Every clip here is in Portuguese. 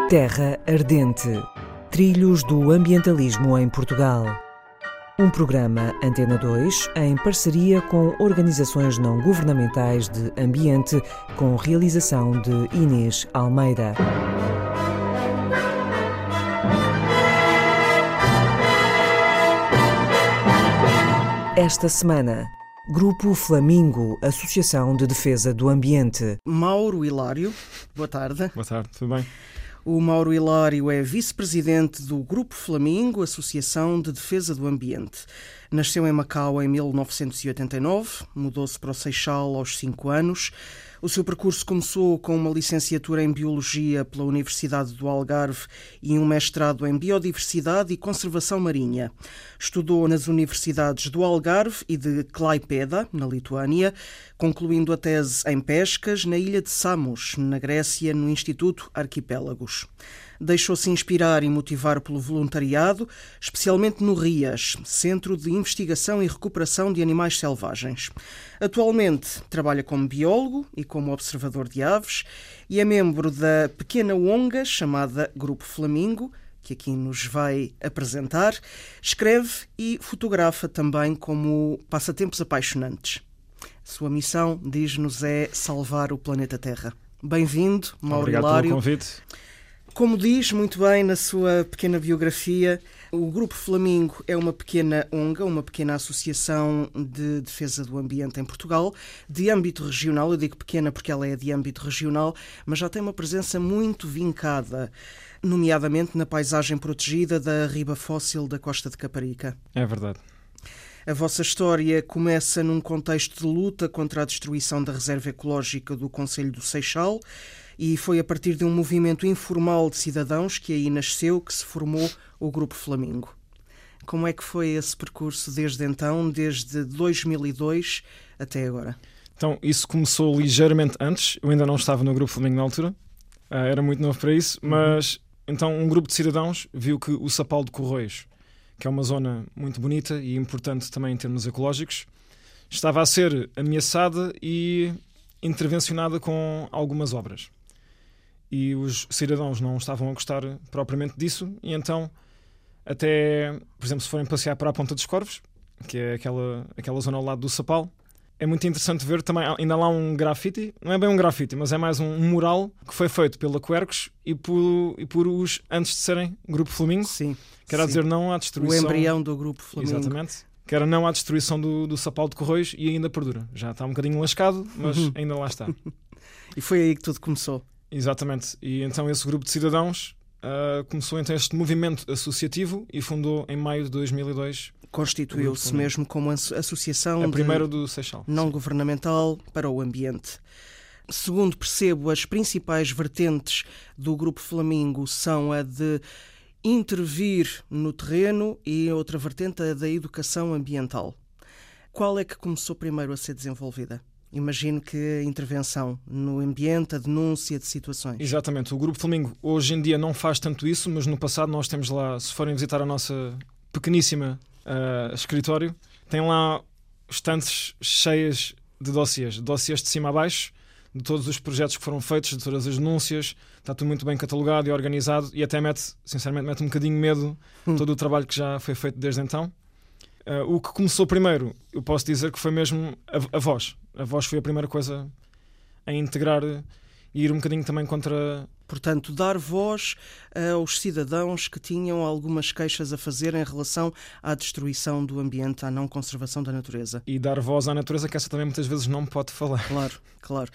Terra Ardente. Trilhos do ambientalismo em Portugal. Um programa Antena 2 em parceria com organizações não governamentais de ambiente, com realização de Inês Almeida. Esta semana, Grupo Flamingo, Associação de Defesa do Ambiente. Mauro Hilário, boa tarde. Boa tarde, tudo bem? O Mauro Hilário é vice-presidente do Grupo Flamingo, Associação de Defesa do Ambiente. Nasceu em Macau em 1989, mudou-se para o Seixal aos 5 anos. O seu percurso começou com uma licenciatura em Biologia pela Universidade do Algarve e um mestrado em Biodiversidade e Conservação Marinha. Estudou nas universidades do Algarve e de Klaipėda, na Lituânia, concluindo a tese em Pescas, na ilha de Samos, na Grécia, no Instituto Arquipélagos. Deixou-se inspirar e motivar pelo voluntariado, especialmente no RIAS, Centro de Investigação e Recuperação de Animais Selvagens. Atualmente trabalha como biólogo e como observador de aves e é membro da pequena ONG chamada Grupo Flamingo, que aqui nos vai apresentar. Escreve e fotografa também como passatempos apaixonantes. Sua missão, diz-nos, é salvar o planeta Terra. Bem-vindo, Mauro Hilário. Obrigado pelo convite. Como diz muito bem na sua pequena biografia, o Grupo Flamingo é uma pequena ONG, uma pequena associação de defesa do ambiente em Portugal, de âmbito regional. Eu digo pequena porque ela é de âmbito regional, mas já tem uma presença muito vincada, nomeadamente na paisagem protegida da riba fóssil da Costa de Caparica. É verdade. A vossa história começa num contexto de luta contra a destruição da reserva ecológica do Concelho do Seixal, e foi a partir de um movimento informal de cidadãos que aí nasceu, que se formou o Grupo Flamingo. Como é que foi esse percurso desde então, desde 2002 até agora? Então, isso começou ligeiramente antes. Eu ainda não estava no Grupo Flamingo na altura. Era muito novo para isso. Mas, então, um grupo de cidadãos viu que o Sapal de Corroios, que é uma zona muito bonita e importante também em termos ecológicos, estava a ser ameaçada e intervencionada com algumas obras. E os cidadãos não estavam a gostar propriamente disso, e então, até, por exemplo, se forem passear para a Ponta dos Corvos, que é aquela zona ao lado do Sapal, é muito interessante ver também, ainda lá um grafite, não é bem um grafite, mas é mais um mural que foi feito pela Quercus e por os, antes de serem Grupo Flamingo. Sim. Quer dizer, não à destruição... O embrião do Grupo Flamingo. Exatamente. Que era não à destruição do Sapal de Corroios, e ainda perdura. Já está um bocadinho lascado, mas ainda lá está. E foi aí que tudo começou. Exatamente. E então esse grupo de cidadãos começou então este movimento associativo e fundou em maio de 2002. Constituiu-se mesmo como associação a primeira do Seixal, não governamental para o ambiente. Segundo percebo, as principais vertentes do Grupo Flamingo são a de intervir no terreno e outra vertente a da educação ambiental. Qual é que começou primeiro a ser desenvolvida? Imagino que a intervenção no ambiente, a denúncia de situações. Exatamente. O Grupo Flamingo hoje em dia não faz tanto isso, mas no passado nós temos lá, se forem visitar a nossa pequeníssima escritório, tem lá estantes cheias de dossiês de cima a baixo, de todos os projetos que foram feitos, de todas as denúncias. Está tudo muito bem catalogado e organizado, e até sinceramente mete um bocadinho de medo todo o trabalho que já foi feito desde então. O que começou primeiro, eu posso dizer que foi mesmo a voz. A voz foi a primeira coisa a integrar e ir um bocadinho também contra... Portanto, dar voz aos cidadãos que tinham algumas queixas a fazer em relação à destruição do ambiente, à não conservação da natureza. E dar voz à natureza, que essa também muitas vezes não pode falar. Claro.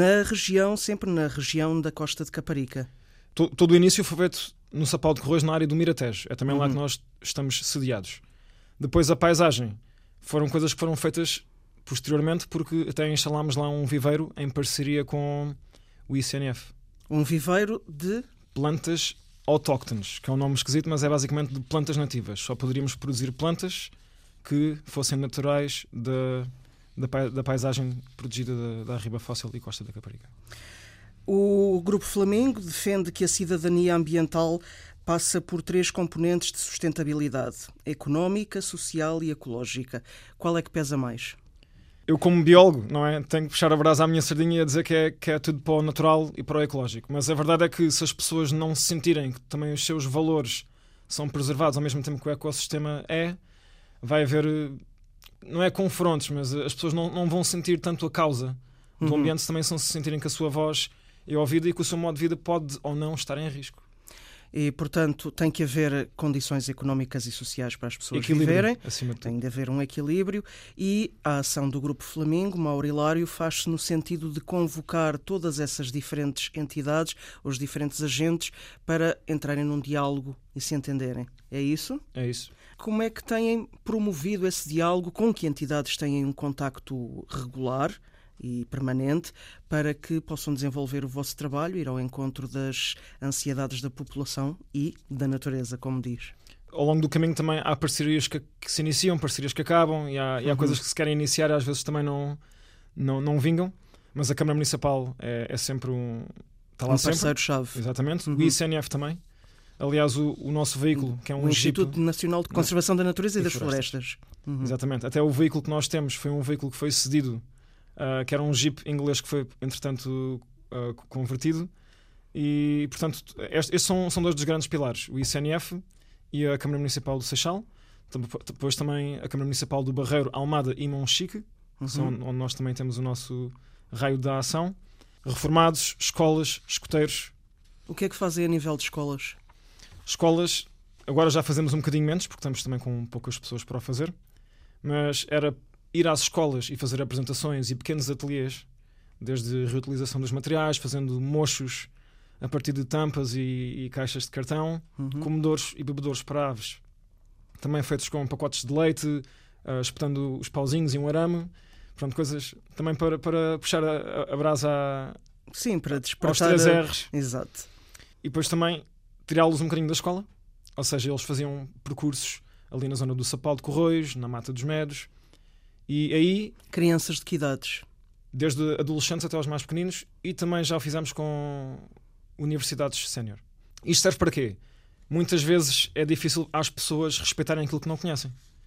Sempre na região da Costa de Caparica. Todo o início foi feito no Sapal de Corroios, na área do Miratejo. É também lá que nós estamos sediados. Depois a paisagem. Foram coisas que foram feitas posteriormente, porque até instalámos lá um viveiro em parceria com o ICNF. Um viveiro de... plantas autóctones, que é um nome esquisito, mas é basicamente de plantas nativas. Só poderíamos produzir plantas que fossem naturais da paisagem protegida da riba fóssil e Costa da Caparica. O Grupo Flamingo defende que a cidadania ambiental passa por 3 componentes de sustentabilidade: económica, social e ecológica. Qual é que pesa mais? Eu, como biólogo, não é? Tenho que puxar a brasa à minha sardinha e a dizer que é tudo para o natural e para o ecológico. Mas a verdade é que se as pessoas não se sentirem que também os seus valores são preservados ao mesmo tempo que o ecossistema vai haver, não é confrontos, mas as pessoas não vão sentir tanto a causa do ambiente, também se sentirem que a sua voz é ouvida e que o seu modo de vida pode ou não estar em risco. E, portanto, tem que haver condições económicas e sociais para as pessoas viverem. Tem de haver um equilíbrio e a ação do Grupo Flamingo, Mauro Hilário, faz-se no sentido de convocar todas essas diferentes entidades, os diferentes agentes, para entrarem num diálogo e se entenderem. É isso? É isso. Como é que têm promovido esse diálogo? Com que entidades têm um contacto regular e permanente para que possam desenvolver o vosso trabalho, ir ao encontro das ansiedades da população e da natureza, como diz? Ao longo do caminho também há parcerias que se iniciam, parcerias que acabam e há coisas que se querem iniciar e às vezes também não vingam, mas a Câmara Municipal é sempre está lá um parceiro-chave. Exatamente. O ICNF também. Aliás, o nosso veículo, que é um Instituto Nacional de Conservação da Natureza e das Florestas. Exatamente. Até o veículo que nós temos foi um veículo que foi cedido, que era um Jeep inglês que foi, entretanto, convertido. E, portanto, estes são dois dos grandes pilares. O ICNF e a Câmara Municipal do Seixal. Depois também a Câmara Municipal do Barreiro, Almada e Monchique, onde nós também temos o nosso raio de ação. Reformados, escolas, escoteiros. O que é que fazem a nível de escolas? Escolas, agora já fazemos um bocadinho menos, porque estamos também com poucas pessoas para o fazer, mas era ir às escolas e fazer apresentações e pequenos ateliês, desde reutilização dos materiais, fazendo mochos a partir de tampas e caixas de cartão, comedores e bebedouros para aves, também feitos com pacotes de leite, espetando os pauzinhos e um arame, pronto, coisas também para puxar a brasa Sim, para despertar aos 3 R's. Exato. E depois também tirá-los um bocadinho da escola, ou seja, eles faziam percursos ali na zona do Sapal de Corroios, na Mata dos Medos, e aí... Crianças de que idades? Desde adolescentes até aos mais pequeninos, e também já o fizemos com universidades sénior. Isto serve para quê? Muitas vezes é difícil às pessoas respeitarem aquilo que não conhecem.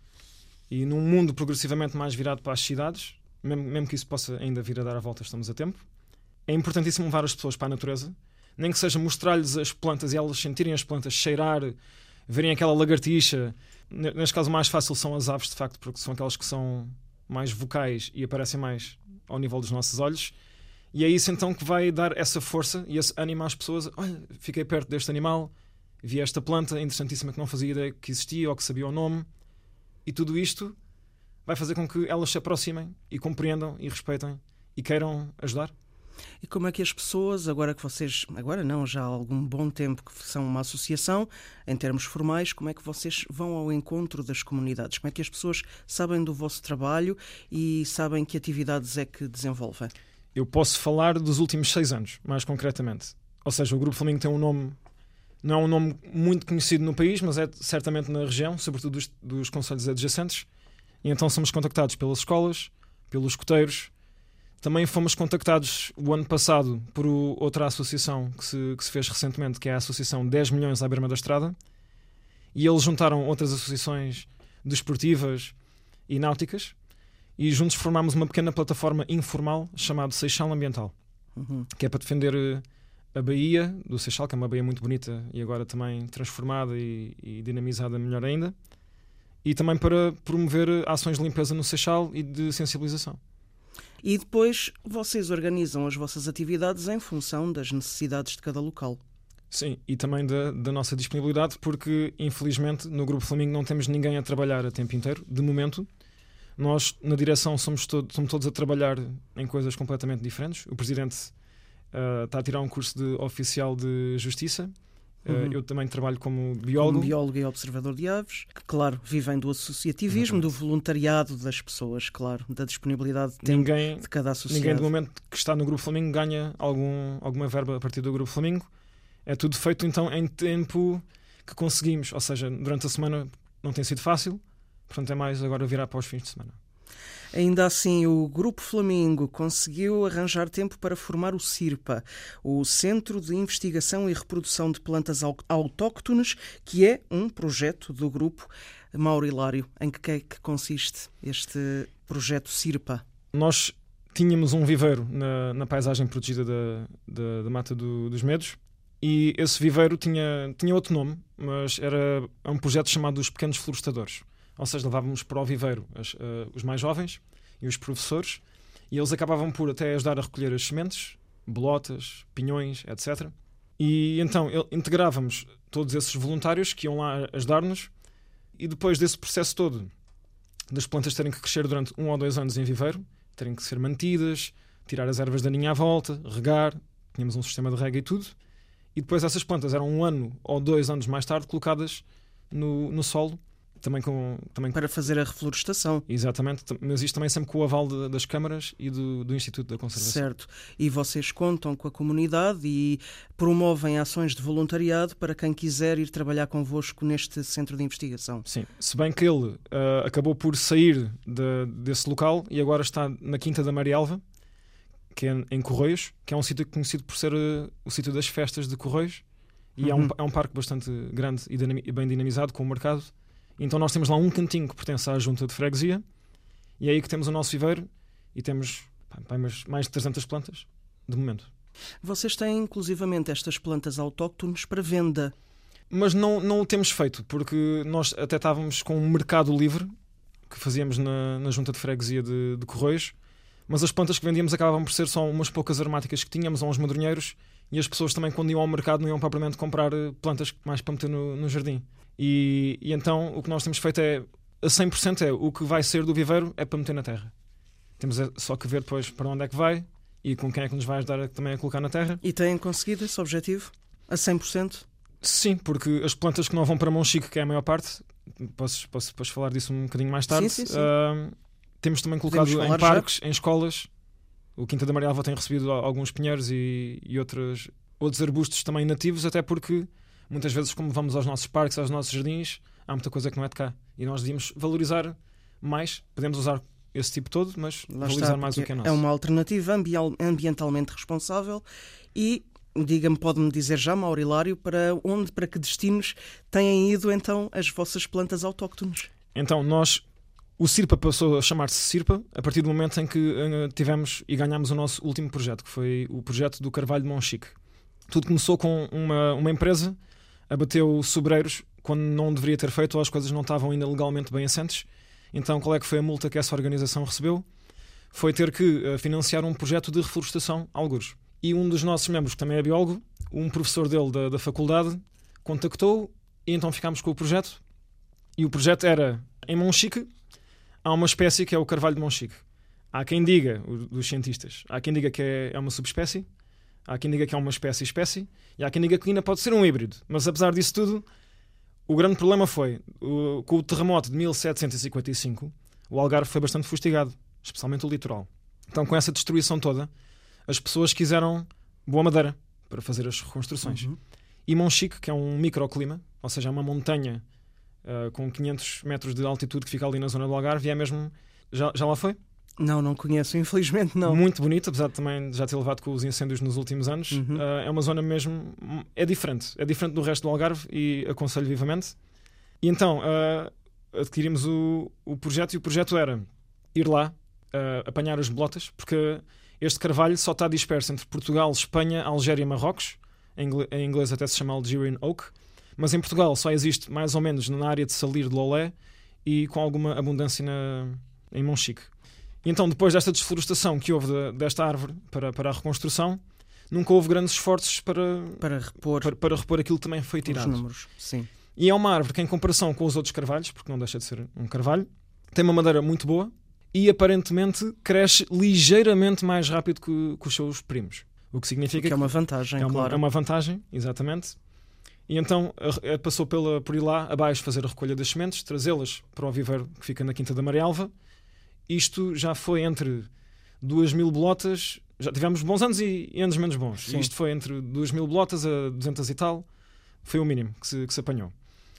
E num mundo progressivamente mais virado para as cidades, mesmo que isso possa ainda vir a dar a volta, estamos a tempo, é importantíssimo levar as pessoas para a natureza, nem que seja mostrar-lhes as plantas e elas sentirem as plantas, cheirar, verem aquela lagartixa. Neste caso, o mais fácil são as aves, de facto, porque são aquelas que são mais vocais e aparecem mais ao nível dos nossos olhos. E é isso então que vai dar essa força e esse ânimo às pessoas. Olha, fiquei perto deste animal, vi esta planta interessantíssima que não fazia ideia que existia ou que sabia o nome. E tudo isto vai fazer com que elas se aproximem e compreendam e respeitem e queiram ajudar. E como é que as pessoas, agora não, já há algum bom tempo que são uma associação, em termos formais, como é que vocês vão ao encontro das comunidades? Como é que as pessoas sabem do vosso trabalho e sabem que atividades é que desenvolvem? Eu posso falar dos últimos 6 anos, mais concretamente. Ou seja, o Grupo Flamingo tem um nome, não é um nome muito conhecido no país, mas é certamente na região, sobretudo dos concelhos adjacentes. E então somos contactados pelas escolas, pelos escoteiros. Também fomos contactados o ano passado por outra associação que se fez recentemente, que é a Associação 10 Milhões à Berma da Estrada, e eles juntaram outras associações desportivas e náuticas e juntos formámos uma pequena plataforma informal chamada Seixal Ambiental, que é para defender a baía do Seixal, que é uma baía muito bonita e agora também transformada e dinamizada melhor ainda, e também para promover ações de limpeza no Seixal e de sensibilização. E depois vocês organizam as vossas atividades em função das necessidades de cada local. Sim, e também da nossa disponibilidade, porque infelizmente no Grupo Flamingo não temos ninguém a trabalhar a tempo inteiro, de momento. Nós na direção somos todos a trabalhar em coisas completamente diferentes. O Presidente está a tirar um curso de oficial de Justiça. Eu também trabalho como biólogo. Como biólogo e observador de aves, que, claro, vivem do associativismo, do voluntariado das pessoas, claro, da disponibilidade de tempo de cada associado. Ninguém, do momento que está no Grupo Flamingo, ganha alguma verba a partir do Grupo Flamingo. É tudo feito, então, em tempo que conseguimos. Ou seja, durante a semana não tem sido fácil, portanto, é mais agora virar para os fins de semana. Ainda assim, o Grupo Flamingo conseguiu arranjar tempo para formar o CIRPA, o Centro de Investigação e Reprodução de Plantas Autóctones, que é um projeto do Grupo. Mauro Hilário, em que é que consiste este projeto CIRPA? nós tínhamos um viveiro na paisagem protegida da Mata dos Medos, e esse viveiro tinha outro nome, mas era um projeto chamado Os Pequenos Florestadores. Ou seja, levávamos para o viveiro os mais jovens e os professores, e eles acabavam por até ajudar a recolher as sementes, bolotas, pinhões, etc. E então integrávamos todos esses voluntários que iam lá ajudar-nos, e depois desse processo todo, das plantas terem que crescer durante 1 ou 2 anos em viveiro, terem que ser mantidas, tirar as ervas daninha à volta, regar, tínhamos um sistema de rega e tudo, e depois essas plantas eram 1 ano ou 2 anos mais tarde colocadas no solo, também para fazer a reflorestação. Exatamente, mas isto também sempre com o aval das câmaras e do Instituto da Conservação. Certo, e vocês contam com a comunidade e promovem ações de voluntariado para quem quiser ir trabalhar convosco neste centro de investigação. Sim, se bem que ele acabou por sair desse local e agora está na Quinta da Marialva, que é em Correios, que é um sítio conhecido por ser o sítio das festas de Correios, e é um parque bastante grande e bem dinamizado, com o mercado. Então nós temos lá um cantinho que pertence à junta de freguesia, e é aí que temos o nosso viveiro, e temos mais de 300 plantas, de momento. Vocês têm inclusivamente estas plantas autóctones para venda. Mas não o temos feito, porque nós até estávamos com um mercado livre, que fazíamos na junta de freguesia de Correios, mas as plantas que vendíamos acabavam por ser só umas poucas aromáticas que tínhamos, ou uns madronheiros, e as pessoas também, quando iam ao mercado, não iam propriamente comprar plantas mais para meter no jardim. E então o que nós temos feito é, a 100%, o que vai ser do viveiro é para meter na terra. Temos só que ver depois para onde é que vai e com quem é que nos vai ajudar também a colocar na terra. E têm conseguido esse objetivo? A 100%? Sim, porque as plantas que não vão para Monchique, que é a maior parte, posso depois falar disso um bocadinho mais tarde. Sim. Temos também colocado em parques, em escolas. O Quinta da Marialva tem recebido alguns pinheiros e outros arbustos também nativos, até porque muitas vezes, como vamos aos nossos parques, aos nossos jardins, há muita coisa que não é de cá. E nós devíamos valorizar mais. Podemos usar esse tipo todo, mas valorizar mais o que é nosso. É uma alternativa ambientalmente responsável. E, diga-me, pode-me dizer já, Mauro Hilário, para que destinos têm ido então as vossas plantas autóctones? Então, o Sirpa passou a chamar-se Sirpa a partir do momento em que tivemos e ganhámos o nosso último projeto, que foi o projeto do Carvalho de Monchique. Tudo começou com uma empresa abateu sobreiros quando não deveria ter feito, ou as coisas não estavam ainda legalmente bem assentes. Então, qual é que foi a multa que essa organização recebeu? Foi ter que financiar um projeto de reflorestação a algures. E um dos nossos membros, que também é biólogo, um professor dele da faculdade, contactou, e então ficámos com o projeto. E o projeto era, em Monchique, há uma espécie que é o carvalho de Monchique. Há quem diga, dos cientistas, há quem diga que é uma subespécie, há quem diga que é uma espécie, e há quem diga que ainda pode ser um híbrido. Mas apesar disso tudo, o grande problema foi, com o terremoto de 1755, o Algarve foi bastante fustigado, especialmente o litoral. Então, com essa destruição toda, as pessoas quiseram boa madeira para fazer as reconstruções. E Monchique, que é um microclima, ou seja, é uma montanha com 500 metros de altitude que fica ali na zona do Algarve, e é mesmo... Já lá foi? Não conheço, infelizmente não. Muito bonito, apesar de também já ter levado com os incêndios nos últimos anos. É uma zona mesmo... É diferente do resto do Algarve, e aconselho vivamente. E então adquirimos o projeto, e o projeto era ir lá, apanhar as bolotas, porque este carvalho só está disperso entre Portugal, Espanha, Algéria e Marrocos. Em inglês até se chama Algerian Oak. Mas em Portugal só existe mais ou menos na área de Salir de Lolé e com alguma abundância em Monchique. E então, depois desta desflorestação que houve desta árvore para a reconstrução, nunca houve grandes esforços para repor aquilo que também foi tirado. Os números, sim. E é uma árvore que, em comparação com os outros carvalhos, porque não deixa de ser um carvalho, tem uma madeira muito boa e aparentemente cresce ligeiramente mais rápido que os seus primos. O que significa que é uma vantagem, claro. É uma vantagem, exatamente. E então passou por ir lá abaixo fazer a recolha das sementes, trazê-las para o viveiro que fica na Quinta da Marialva. Isto já foi entre 2.000 bolotas, já tivemos bons anos e anos menos bons. E isto foi entre 2.000 bolotas a 200 e tal, foi o mínimo que se apanhou.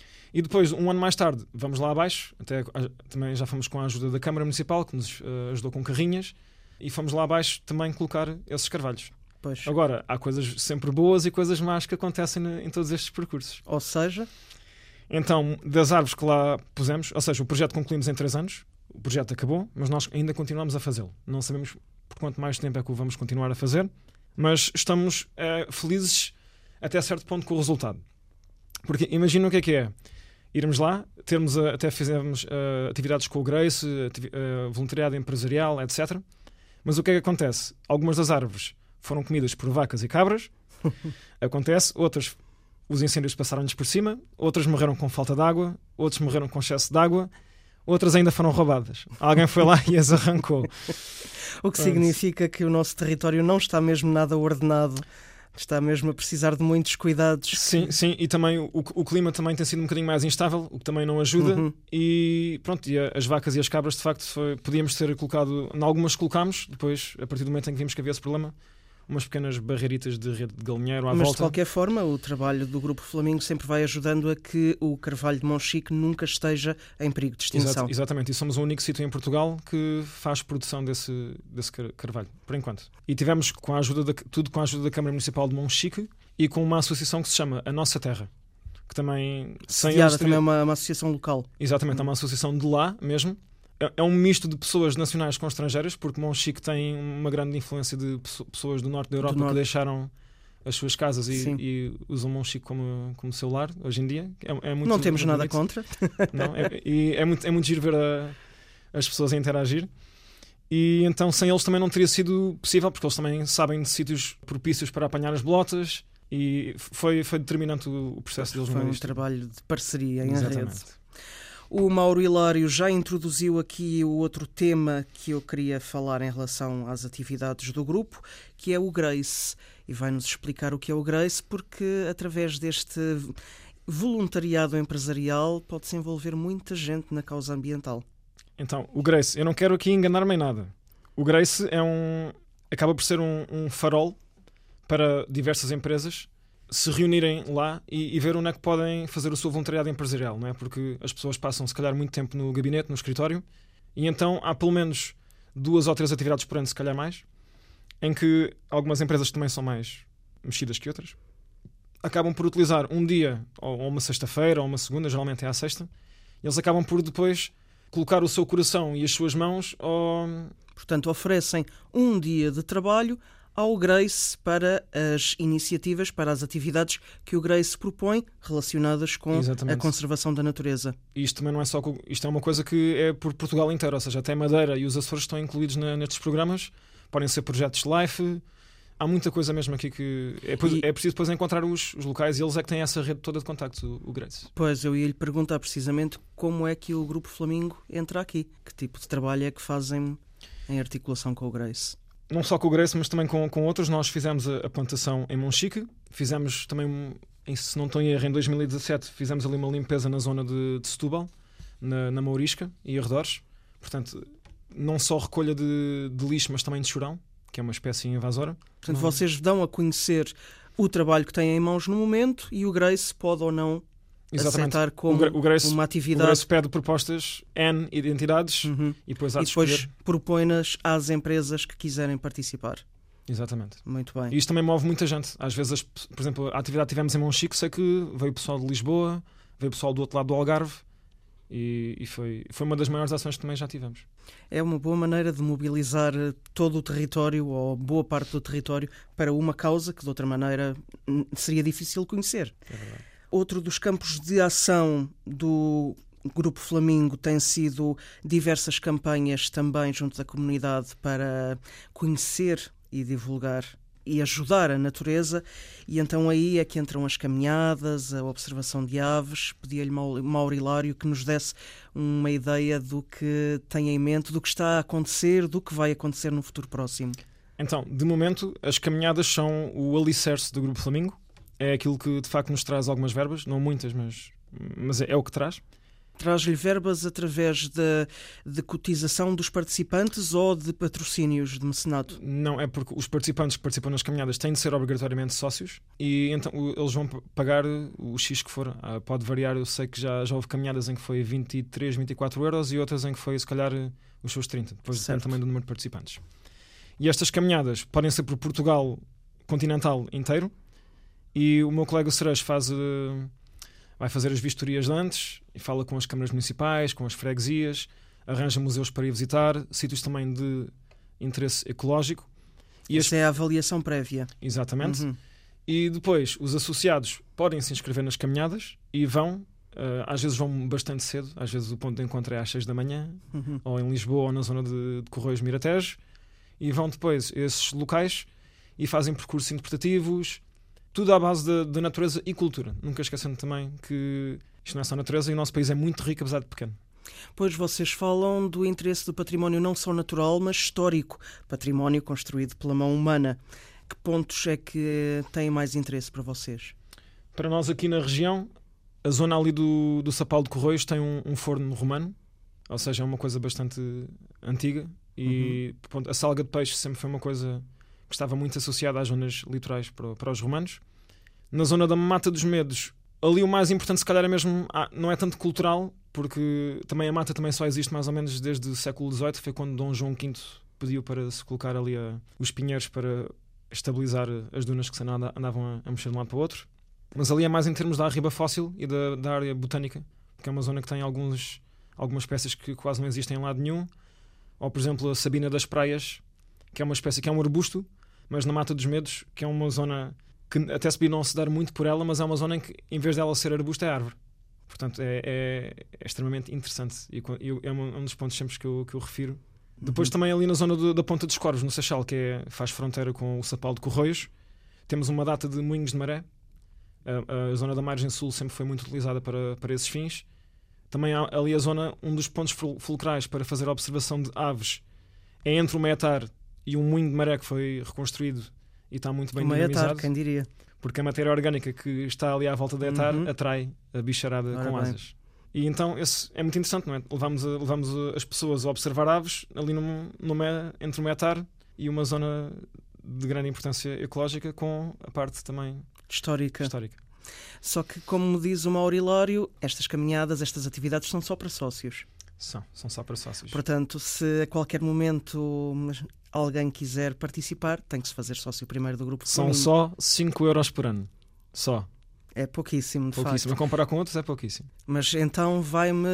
E depois, um ano mais tarde, vamos lá abaixo, também já fomos com a ajuda da Câmara Municipal, que nos ajudou com carrinhas, e fomos lá abaixo também colocar esses carvalhos. Pois. Agora, há coisas sempre boas e coisas más que acontecem em todos estes percursos. Ou seja? Então, das árvores que lá pusemos, ou seja, o projeto concluímos em 3 anos, o projeto acabou, mas nós ainda continuamos a fazê-lo. Não sabemos por quanto mais tempo é que o vamos continuar a fazer, mas estamos felizes até certo ponto com o resultado. Porque imagina o que é. Irmos lá, até fizemos atividades com o Grace, voluntariado empresarial, etc. Mas o que é que acontece? Algumas das árvores foram comidas por vacas e cabras. Acontece. Outras, os incêndios passaram-lhes por cima. Outras morreram com falta de água. Outros morreram com excesso de água. Outras ainda foram roubadas. Alguém foi lá e as arrancou. O que significa que o nosso território não está mesmo nada ordenado. Está mesmo a precisar de muitos cuidados. Sim, e também o clima também tem sido um bocadinho mais instável, o que também não ajuda. E pronto, as vacas e as cabras, de facto, podíamos ter colocado, em algumas colocámos, depois, a partir do momento em que vimos que havia esse problema, umas pequenas barreiritas de rede de galinheiro à volta. Mas de qualquer forma, o trabalho do Grupo Flamingo sempre vai ajudando a que o carvalho de Monchique nunca esteja em perigo de extinção. Exatamente, e somos o único sítio em Portugal que faz produção desse carvalho, por enquanto. E tivemos tudo com a ajuda da Câmara Municipal de Monchique e com uma associação que se chama A Nossa Terra, que também... Também é uma associação local. Exatamente, é uma associação de lá mesmo. É um misto de pessoas nacionais com estrangeiras, porque Monchique tem uma grande influência de pessoas do norte da Europa que deixaram as suas casas e usam Monchique como seu lar hoje em dia. É muito, não temos nada bonito. Contra. Não, é muito giro ver as pessoas a interagir. E então sem eles também não teria sido possível, porque eles também sabem de sítios propícios para apanhar as bolotas e foi determinante o processo deles. Foi um trabalho de parceria em rede. O Mauro Hilário já introduziu aqui o outro tema que eu queria falar em relação às atividades do grupo, que é o Grace. E vai-nos explicar o que é o Grace, porque através deste voluntariado empresarial pode-se envolver muita gente na causa ambiental. Então, o Grace, eu não quero aqui enganar-me em nada. O Grace acaba por ser um farol para diversas empresas se reunirem lá e ver onde é que podem fazer o seu voluntariado empresarial, não é? Porque as pessoas passam se calhar muito tempo no gabinete, no escritório, e então há pelo menos 2 ou 3 atividades por ano, se calhar mais, em que algumas empresas também são mais mexidas que outras, acabam por utilizar um dia, ou uma sexta-feira, ou uma segunda, geralmente é à sexta, e eles acabam por depois colocar o seu coração e as suas mãos Portanto, oferecem um dia de trabalho ao Grace para as iniciativas, para as atividades que o Grace propõe relacionadas com a conservação da natureza. E isto também não é só... Isto é uma coisa que é por Portugal inteiro, ou seja, até Madeira e os Açores estão incluídos nestes programas. Podem ser projetos LIFE. Há muita coisa mesmo aqui que... É preciso depois encontrar os locais e eles é que têm essa rede toda de contacto, o Grace. Pois, eu ia lhe perguntar precisamente como é que o Grupo Flamingo entra aqui. Que tipo de trabalho é que fazem em articulação com o Grace? Não só com o Grace, mas também com outros. Nós fizemos a plantação em Monchique. Fizemos também, se não estou em erro, em 2017, fizemos ali uma limpeza na zona de Setúbal, na Mourisca e arredores. Portanto, não só recolha de lixo, mas também de chorão, que é uma espécie invasora. Portanto, vocês dão a conhecer o trabalho que têm em mãos no momento e o Grace pode ou não aceitar como uma atividade. O Grace pede propostas N identidades e depois propõe-nas às empresas que quiserem participar. Exatamente. Muito bem. E isto também move muita gente. Às vezes, por exemplo, a atividade que tivemos em Monchique, sei que veio o pessoal de Lisboa, veio o pessoal do outro lado do Algarve e foi uma das maiores ações que também já tivemos. É uma boa maneira de mobilizar todo o território ou boa parte do território para uma causa que de outra maneira seria difícil conhecer. É verdade. Outro dos campos de ação do Grupo Flamingo tem sido diversas campanhas também junto da comunidade para conhecer e divulgar e ajudar a natureza, e então aí é que entram as caminhadas, a observação de aves. Pedia-lhe Mauro Hilário que nos desse uma ideia do que tem em mente, do que está a acontecer, do que vai acontecer no futuro próximo. Então, de momento, as caminhadas são o alicerce do Grupo Flamingo. É aquilo que de facto nos traz algumas verbas, não muitas, mas é o que traz. Traz-lhe verbas através de cotização dos participantes ou de patrocínios de mecenato? Não, é porque os participantes que participam nas caminhadas têm de ser obrigatoriamente sócios e então eles vão pagar o X que for. Pode variar, eu sei que já houve caminhadas em que foi 23, 24 euros e outras em que foi se calhar os seus 30, depois depende também do número de participantes. E estas caminhadas podem ser por Portugal continental inteiro. E o meu colega Cerejo faz vai fazer as vistorias de antes e fala com as câmaras municipais, com as freguesias, arranja museus para ir visitar, sítios também de interesse ecológico. Essa é a avaliação prévia. Exatamente. E depois os associados podem se inscrever nas caminhadas e vão, às vezes vão bastante cedo, às vezes o ponto de encontro é às 6 da manhã, ou em Lisboa ou na zona de Correios Miratejo, e vão depois a esses locais e fazem percursos interpretativos, tudo à base de natureza e cultura. Nunca esquecendo também que isto não é só natureza e o nosso país é muito rico, apesar de pequeno. Pois vocês falam do interesse do património não só natural, mas histórico, património construído pela mão humana. Que pontos é que têm mais interesse para vocês? Para nós aqui na região, a zona ali do Sapal de Correios tem um forno romano, ou seja, é uma coisa bastante antiga, e a salga de peixe sempre foi uma coisa que estava muito associada às zonas litorais para os romanos. Na zona da Mata dos Medos, ali o mais importante se calhar é mesmo, não é tanto cultural, porque também a mata também só existe mais ou menos desde o século XVIII, foi quando Dom João V pediu para se colocar ali os pinheiros para estabilizar as dunas que se andavam a mexer de um lado para o outro. Mas ali é mais em termos da arriba fóssil e da área botânica, que é uma zona que tem algumas espécies que quase não existem em lado nenhum. Ou, por exemplo, a Sabina das Praias, que é uma espécie que é um arbusto, mas na Mata dos Medos, que é uma zona que até se podia não se dar muito por ela, mas é uma zona em que, em vez dela ser arbusto, é árvore. Portanto, é extremamente interessante e é um dos pontos sempre que eu refiro. Depois também ali na zona da Ponta dos Corvos, no Seixal, que faz fronteira com o Sapal de Correios, temos uma data de moinhos de maré. A zona da margem sul sempre foi muito utilizada para esses fins. Também há ali a zona, um dos pontos fulcrais para fazer a observação de aves é entre o Maetar e um moinho de maré que foi reconstruído e está muito bem dinamizado. Maetar, quem diria? Porque a matéria orgânica que está ali à volta da Etar atrai a bicharada com asas. E então esse é muito interessante, não é? Levamos as pessoas a observar aves ali entre o Maetar e uma zona de grande importância ecológica com a parte também histórica. Só que, como diz o Mauro Hilário, estas caminhadas, estas atividades são só para sócios. São só para sócios. Portanto, se a qualquer momento alguém quiser participar, tem que se fazer sócio primeiro do Grupo Flamingo. São só 5 euros por ano. Só. É pouquíssimo, de pouquíssimo. facto. A comparar com outros é pouquíssimo. Mas então vai-me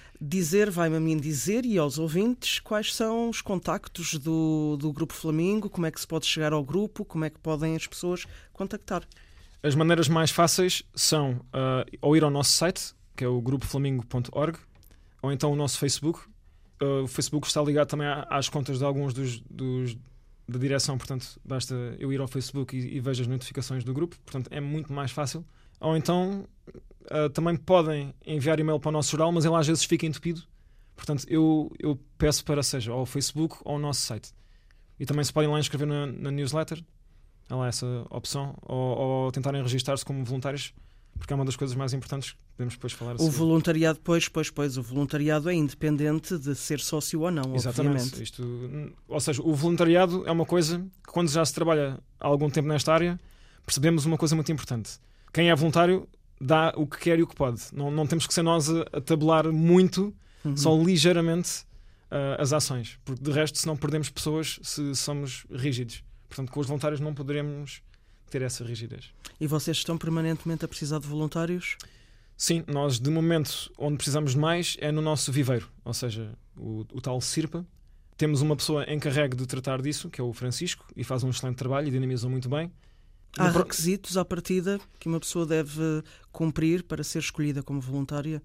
a mim dizer e aos ouvintes quais são os contactos do Grupo Flamingo, como é que se pode chegar ao grupo, como é que podem as pessoas contactar. As maneiras mais fáceis são ou ir ao nosso site, que é o grupoflamingo.org, ou então o nosso Facebook. O Facebook está ligado também às contas de alguns da direção, portanto basta eu ir ao Facebook e vejo as notificações do grupo, portanto é muito mais fácil. Ou então também podem enviar e-mail para o nosso geral, mas ele às vezes fica entupido, portanto eu peço para seja ao Facebook ou ao nosso site. E também se podem lá inscrever na newsletter, há lá essa opção, ou tentarem registar-se como voluntários, porque é uma das coisas mais importantes que podemos depois falar. O voluntariado, pois, o voluntariado é independente de ser sócio ou não, exatamente. Obviamente. Ou seja, o voluntariado é uma coisa que quando já se trabalha há algum tempo nesta área, percebemos uma coisa muito importante. Quem é voluntário dá o que quer e o que pode. Não temos que ser nós a tabelar muito, só ligeiramente as ações, porque de resto, se não perdemos pessoas, se somos rígidos. Portanto, com os voluntários não poderemos ter essa rigidez. E vocês estão permanentemente a precisar de voluntários? Sim, nós de momento onde precisamos de mais é no nosso viveiro, ou seja, o tal CIRPA. Temos uma pessoa encarregue de tratar disso, que é o Francisco, e faz um excelente trabalho e dinamiza muito bem. Há requisitos à partida que uma pessoa deve cumprir para ser escolhida como voluntária?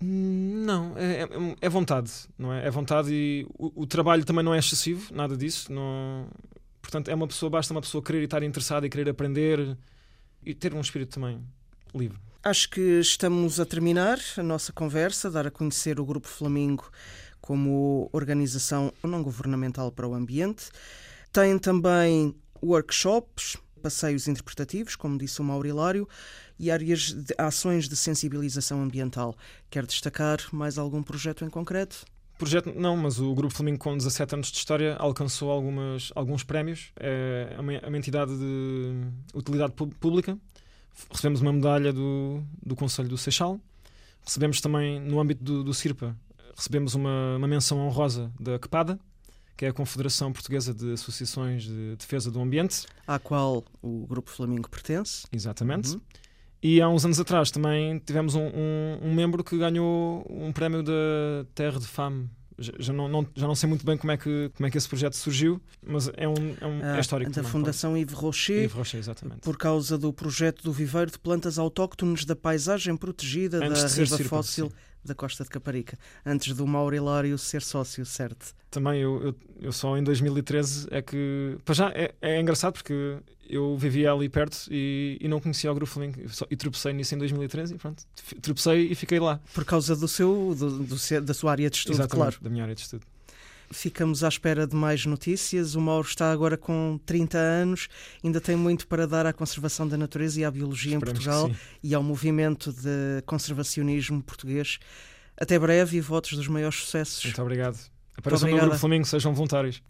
Não, é vontade, não é? É vontade e o trabalho também não é excessivo, nada disso. Não... Portanto, basta uma pessoa querer estar interessada e querer aprender e ter um espírito também livre. Acho que estamos a terminar a nossa conversa, dar a conhecer o Grupo Flamingo como organização não governamental para o ambiente. Tem também workshops, passeios interpretativos, como disse o Mauro Hilário, e áreas de ações de sensibilização ambiental. Quer destacar mais algum projeto em concreto? Projeto não, mas o Grupo Flamingo, com 17 anos de história, alcançou alguns prémios. É uma entidade de utilidade pública. Recebemos uma medalha do Conselho do Seixal. Recebemos também, no âmbito do CIRPA, recebemos uma menção honrosa da CPADA, que é a Confederação Portuguesa de Associações de Defesa do Ambiente. À qual o Grupo Flamingo pertence. Exatamente. E há uns anos atrás também tivemos um membro que ganhou um prémio da Terre de Femme. Já não sei muito bem como é que esse projeto surgiu, mas é histórico. Da Fundação Yves Rocher, exatamente. Por causa do projeto do viveiro de plantas autóctones da paisagem protegida da riva fóssil da Costa de Caparica, antes do Mauro Hilário ser sócio, certo? Também eu só em 2013 é que... Para já é engraçado porque eu vivia ali perto e não conhecia o Grupo Flamingo e tropecei nisso em 2013 e pronto, tropecei e fiquei lá. Por causa da sua área de estudo, exatamente, claro. Da minha área de estudo. Ficamos à espera de mais notícias. O Mauro está agora com 30 anos, ainda tem muito para dar à conservação da natureza e à biologia em Portugal e ao movimento de conservacionismo português. Até breve e votos dos maiores sucessos. Muito obrigado. Apareçam no Grupo Flamingo, sejam voluntários.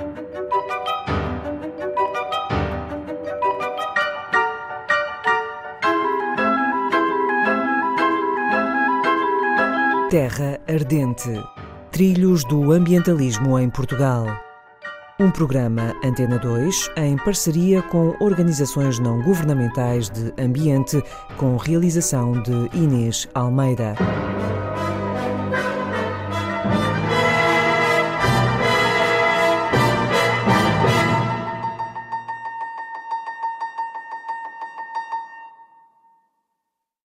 Terra Ardente. Trilhos do ambientalismo em Portugal. Um programa Antena 2 em parceria com organizações não governamentais de ambiente, com realização de Inês Almeida.